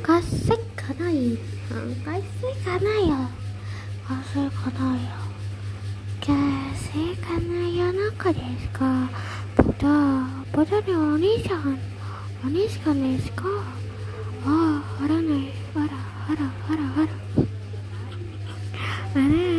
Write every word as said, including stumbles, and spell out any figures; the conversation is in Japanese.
かせかないかせかないよかせかないよかせかないよの子ですか。ボタボタでお兄さんお兄さんですか。ああ、あらねあらあらあらあらあれ